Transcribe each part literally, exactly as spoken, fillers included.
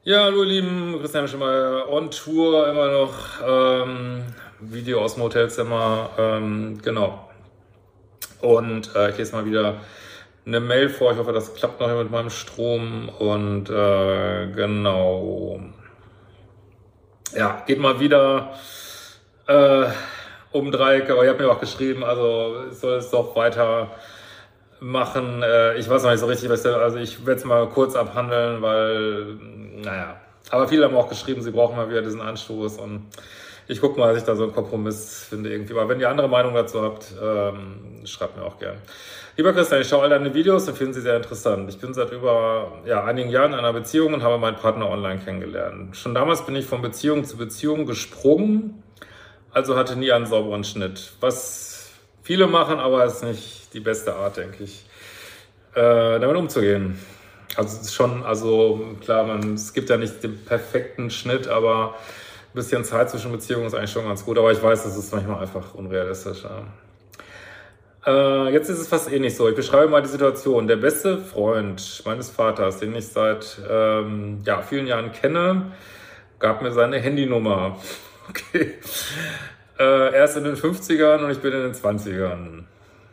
Ja, hallo ihr Lieben, Christian schon mal on Tour, immer noch ähm, Video aus dem Hotelzimmer, ähm, genau. Und äh, ich lese mal wieder eine Mail vor, ich hoffe, das klappt noch hier mit meinem Strom und äh, genau. Ja, geht mal wieder äh, um Dreiecke, aber ihr habt mir auch geschrieben, also ich soll es doch weiter machen. Äh, ich weiß noch nicht so richtig, was der, also ich werde es mal kurz abhandeln, weil, naja. Aber viele haben auch geschrieben, sie brauchen mal wieder diesen Anstoß und ich gucke mal, dass ich da so einen Kompromiss finde irgendwie. Aber wenn ihr andere Meinung dazu habt, ähm, schreibt mir auch gern. Lieber Christian, ich schaue all deine Videos und finde sie sehr interessant. Ich bin seit über ja, einigen Jahren in einer Beziehung und habe meinen Partner online kennengelernt. Schon damals bin ich von Beziehung zu Beziehung gesprungen, also hatte nie einen sauberen Schnitt. Was viele machen, aber ist nicht die beste Art, denke ich, äh, damit umzugehen. Also es ist schon, also klar, man, es gibt ja nicht den perfekten Schnitt, aber ein bisschen Zeit zwischen Beziehungen ist eigentlich schon ganz gut. Aber ich weiß, das ist manchmal einfach unrealistisch. Ja. Äh, jetzt ist es fast ähnlich so. Ich beschreibe mal die Situation. Der beste Freund meines Vaters, den ich seit ähm, ja, vielen Jahren kenne, gab mir seine Handynummer. Okay. Äh, er ist in den fünfzigern und ich bin in den zwanzigern.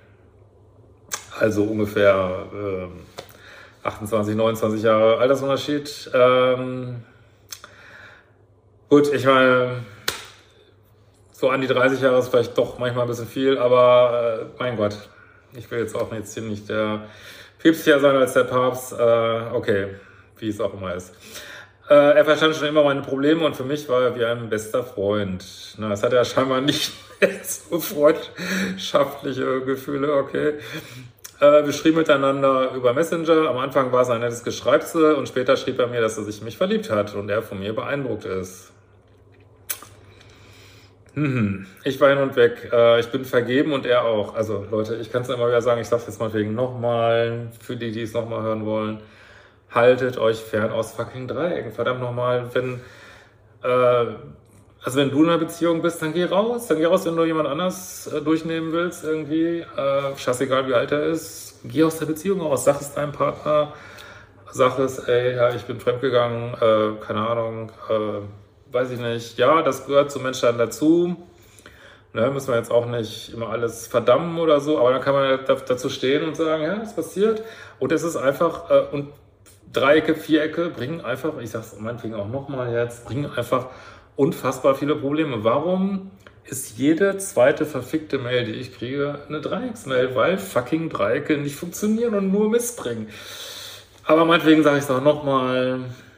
Also ungefähr ähm, achtundzwanzig, neunundzwanzig Jahre Altersunterschied. Ähm, gut, ich meine, so an die dreißig Jahre ist vielleicht doch manchmal ein bisschen viel, aber äh, mein Gott, ich will jetzt auch jetzt hier nicht der päpstlicher sein als der Papst. Äh, okay, wie es auch immer ist. Äh, er verstand schon immer meine Probleme und für mich war er wie ein bester Freund. Na, das hat er scheinbar nicht so freundschaftliche Gefühle, okay. Äh, wir schrieben miteinander über Messenger. Am Anfang war es ein nettes Geschreibsel und später schrieb er mir, dass er sich in mich verliebt hat und er von mir beeindruckt ist. Hm, ich war hin und weg. Äh, ich bin vergeben und er auch. Also Leute, ich kann es immer wieder sagen, ich sage es jetzt mal wegen nochmal, für die, die es nochmal hören wollen. Haltet euch fern aus fucking Dreiecken. Verdammt nochmal, wenn, äh, also wenn du in einer Beziehung bist, dann geh raus. Dann geh raus, wenn du jemand anders äh, durchnehmen willst irgendwie. Äh, scheißegal, wie alt er ist. Geh aus der Beziehung raus. Sag es deinem Partner. Sag es, ey, ja, ich bin fremdgegangen. Äh, keine Ahnung. Äh, weiß ich nicht. Ja, das gehört zum Menschsein dazu. Ne, müssen wir jetzt auch nicht immer alles verdammen oder so. Aber dann kann man dazu stehen und sagen, ja, es passiert. Und es ist einfach, äh, und Dreiecke, Vierecke bringen einfach, ich sag's meinetwegen auch nochmal jetzt, bringen einfach unfassbar viele Probleme. Warum ist jede zweite verfickte Mail, die ich kriege, eine Dreiecksmail? Weil fucking Dreiecke nicht funktionieren und nur Mist bringen. Aber meinetwegen sage ich es auch nochmal.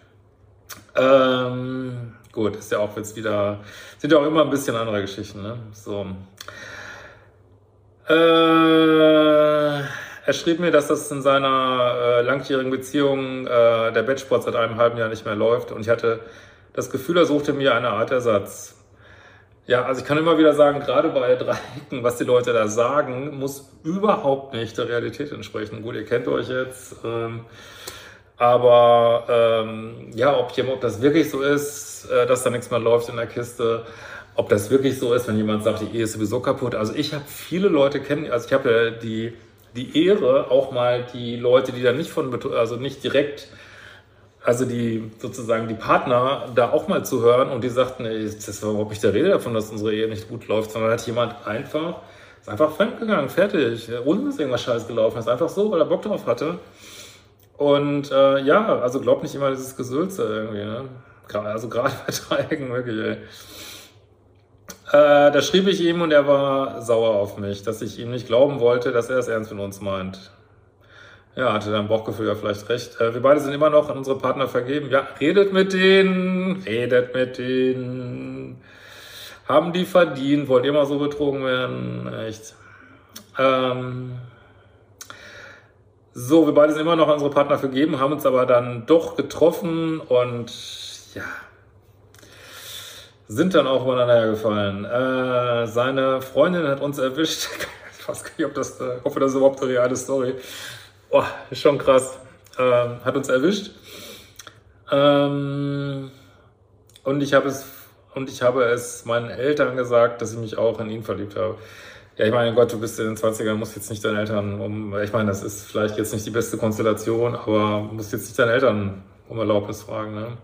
Ähm, gut, ist ja auch jetzt wieder, sind ja auch immer ein bisschen andere Geschichten, ne? So. Äh... Er schrieb mir, dass das in seiner äh, langjährigen Beziehung äh, der Bettsport seit einem halben Jahr nicht mehr läuft und ich hatte das Gefühl, er suchte mir eine Art Ersatz. Ja, also ich kann immer wieder sagen, gerade bei Dreiecken, was die Leute da sagen, muss überhaupt nicht der Realität entsprechen. Gut, ihr kennt euch jetzt, ähm, aber ähm, ja, ob, jemand, ob das wirklich so ist, äh, dass da nichts mehr läuft in der Kiste, ob das wirklich so ist, wenn jemand sagt, die Ehe ist sowieso kaputt. Also ich habe viele Leute kennen, also ich habe ja die die Ehre, auch mal die Leute, die da nicht von, also nicht direkt, also die sozusagen die Partner da auch mal zu hören und die sagten, ey, das war überhaupt nicht der Rede davon, dass unsere Ehe nicht gut läuft, sondern hat jemand einfach, ist einfach fremdgegangen, fertig, ohne dass irgendwas Scheiß gelaufen ist, einfach so, weil er Bock drauf hatte. Und äh, ja, also glaubt nicht immer dieses Gesülze irgendwie, ne? Also gerade bei Dreiecken wirklich, ey. Äh, da schrieb ich ihm und er war sauer auf mich, dass ich ihm nicht glauben wollte, dass er es ernst mit uns meint. Ja, hatte dein Bauchgefühl ja vielleicht recht. Äh, wir beide sind immer noch an unsere Partner vergeben. Ja, redet mit denen, redet mit denen. Haben die verdient? Wollt ihr mal so betrogen werden? Echt. Ähm, so, wir beide sind immer noch an unsere Partner vergeben, haben uns aber dann doch getroffen und ja, sind dann auch übereinander hergefallen. Äh, seine Freundin hat uns erwischt. Ich weiß gar nicht, ob das, ich hoffe, das ist überhaupt eine reale Story. Boah, ist schon krass. Ähm, hat uns erwischt. Ähm, und ich habe es, und ich habe es meinen Eltern gesagt, dass ich mich auch in ihn verliebt habe. Ja, ich meine, Gott, du bist in den zwanzigern, musst jetzt nicht deinen Eltern um, ich meine, das ist vielleicht jetzt nicht die beste Konstellation, aber musst jetzt nicht deinen Eltern um Erlaubnis fragen, ne?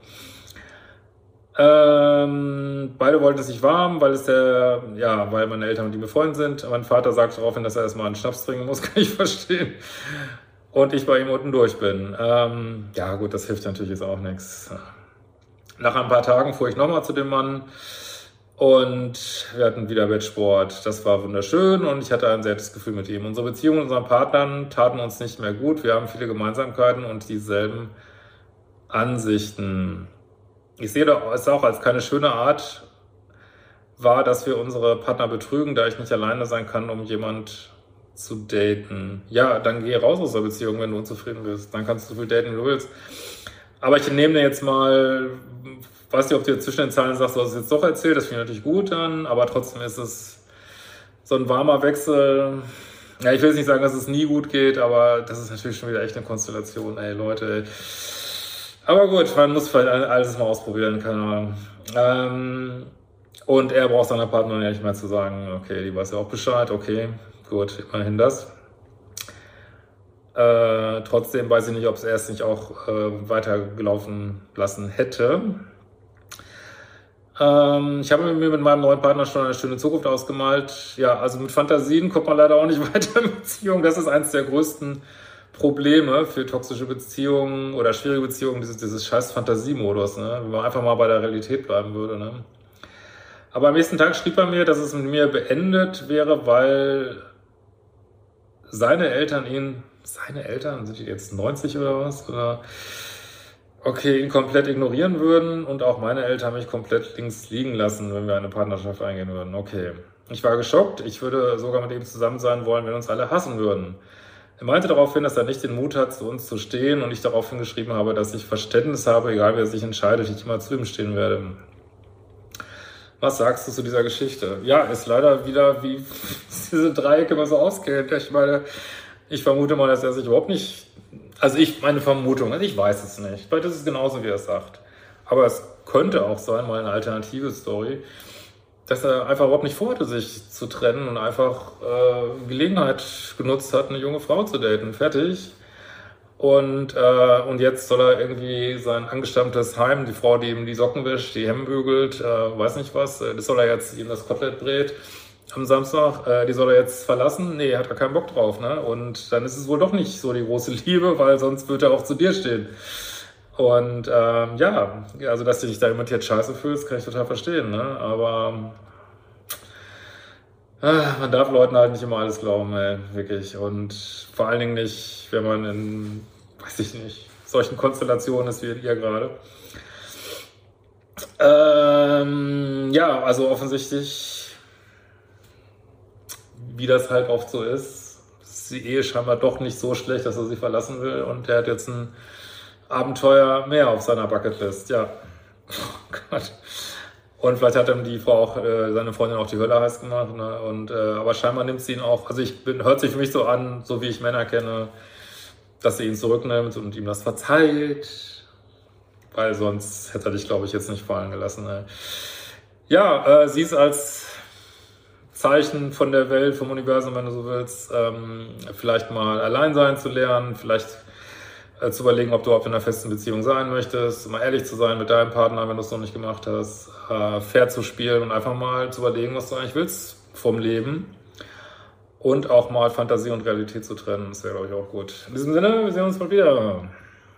Ähm, beide wollten es nicht warm, weil es der, ja, weil meine Eltern mit ihm befreundet sind. Mein Vater sagt daraufhin, dass er erstmal einen Schnaps trinken muss, kann ich verstehen. Und ich bei ihm unten durch bin. Ähm, ja gut, das hilft natürlich jetzt auch nichts. Nach ein paar Tagen fuhr ich nochmal zu dem Mann und wir hatten wieder Bettsport. Das war wunderschön und ich hatte ein sehr gutes Gefühl mit ihm. Unsere Beziehungen mit unseren Partnern taten uns nicht mehr gut. Wir haben viele Gemeinsamkeiten und dieselben Ansichten. Ich sehe es auch als keine schöne Art wahr, dass wir unsere Partner betrügen, da ich nicht alleine sein kann, um jemand zu daten. Ja, dann geh raus aus der Beziehung, wenn du unzufrieden bist. Dann kannst du so viel daten, wie du willst. Aber ich nehme dir jetzt mal, weiß nicht, ob du jetzt zwischen den Zeilen sagst, du hast es jetzt doch erzählt, das finde ich natürlich gut dann, aber trotzdem ist es so ein warmer Wechsel. Ja, ich will jetzt nicht sagen, dass es nie gut geht, aber das ist natürlich schon wieder echt eine Konstellation, ey Leute. Aber gut, man muss vielleicht alles mal ausprobieren, keine Ahnung. Ähm, und er braucht seiner Partnerin ja nicht mehr zu sagen, okay, die weiß ja auch Bescheid, okay, gut, immerhin das. Äh, trotzdem weiß ich nicht, ob es erst nicht auch äh, weitergelaufen lassen hätte. Ähm, ich habe mir mit meinem neuen Partner schon eine schöne Zukunft ausgemalt. Ja, also mit Fantasien kommt man leider auch nicht weiter in Beziehungen. Das ist eines der größten Probleme für toxische Beziehungen oder schwierige Beziehungen, dieses, dieses scheiß Fantasiemodus, ne? Wenn man einfach mal bei der Realität bleiben würde, ne? Aber am nächsten Tag schrieb er mir, dass es mit mir beendet wäre, weil seine Eltern ihn, seine Eltern, sind die jetzt neunzig oder was? Oder okay, ihn komplett ignorieren würden und auch meine Eltern mich komplett links liegen lassen, wenn wir eine Partnerschaft eingehen würden. Okay. Ich war geschockt, ich würde sogar mit ihm zusammen sein wollen, wenn uns alle hassen würden. Er meinte daraufhin, dass er nicht den Mut hat, zu uns zu stehen und ich daraufhin geschrieben habe, dass ich Verständnis habe, egal wer sich entscheidet, ich immer zu ihm stehen werde. Was sagst du zu dieser Geschichte? Ja, ist leider wieder, wie diese Dreiecke immer so ausgeht. Ich meine, ich vermute mal, dass er sich überhaupt nicht, also ich, meine Vermutung, also ich weiß es nicht, vielleicht ist es genauso, wie er es sagt. Aber es könnte auch sein, mal eine alternative Story, dass er einfach überhaupt nicht vorhatte, sich zu trennen und einfach äh, Gelegenheit genutzt hat, eine junge Frau zu daten. Fertig. Und, äh, und jetzt soll er irgendwie sein angestammtes Heim, die Frau, die ihm die Socken wäscht, die Hemden bügelt, äh, weiß nicht was, äh, das soll er jetzt ihm das Kotelett brät am Samstag, äh, die soll er jetzt verlassen? Nee, hat er keinen Bock drauf, ne? Und dann ist es wohl doch nicht so die große Liebe, weil sonst wird er auch zu dir stehen. Und ähm, ja, also dass du dich da jemand jetzt scheiße fühlst, kann ich total verstehen, ne? Aber äh, man darf Leuten halt nicht immer alles glauben, ey, wirklich. Und vor allen Dingen nicht, wenn man in, weiß ich nicht, solchen Konstellationen ist wie ihr gerade. Ähm, ja, also offensichtlich, wie das halt oft so ist, ist die Ehe scheinbar doch nicht so schlecht, dass er sie verlassen will. Und er hat jetzt ein Abenteuer mehr auf seiner Bucketlist, ja. Oh Gott. Und vielleicht hat ihm die Frau auch, äh, seine Freundin auch die Hölle heiß gemacht, ne? Und, äh, aber scheinbar nimmt sie ihn auch, also ich bin, hört sich für mich so an, so wie ich Männer kenne, dass sie ihn zurücknimmt und ihm das verzeiht, weil sonst hätte er dich, glaube ich, jetzt nicht fallen gelassen, ne? Ja, äh, sie ist als Zeichen von der Welt, vom Universum, wenn du so willst, ähm, vielleicht mal allein sein zu lernen, vielleicht zu überlegen, ob du überhaupt in einer festen Beziehung sein möchtest, mal ehrlich zu sein mit deinem Partner, wenn du es noch nicht gemacht hast, äh, fair zu spielen und einfach mal zu überlegen, was du eigentlich willst vom Leben und auch mal Fantasie und Realität zu trennen. Das wäre, glaube ich, auch gut. In diesem Sinne, wir sehen uns bald wieder.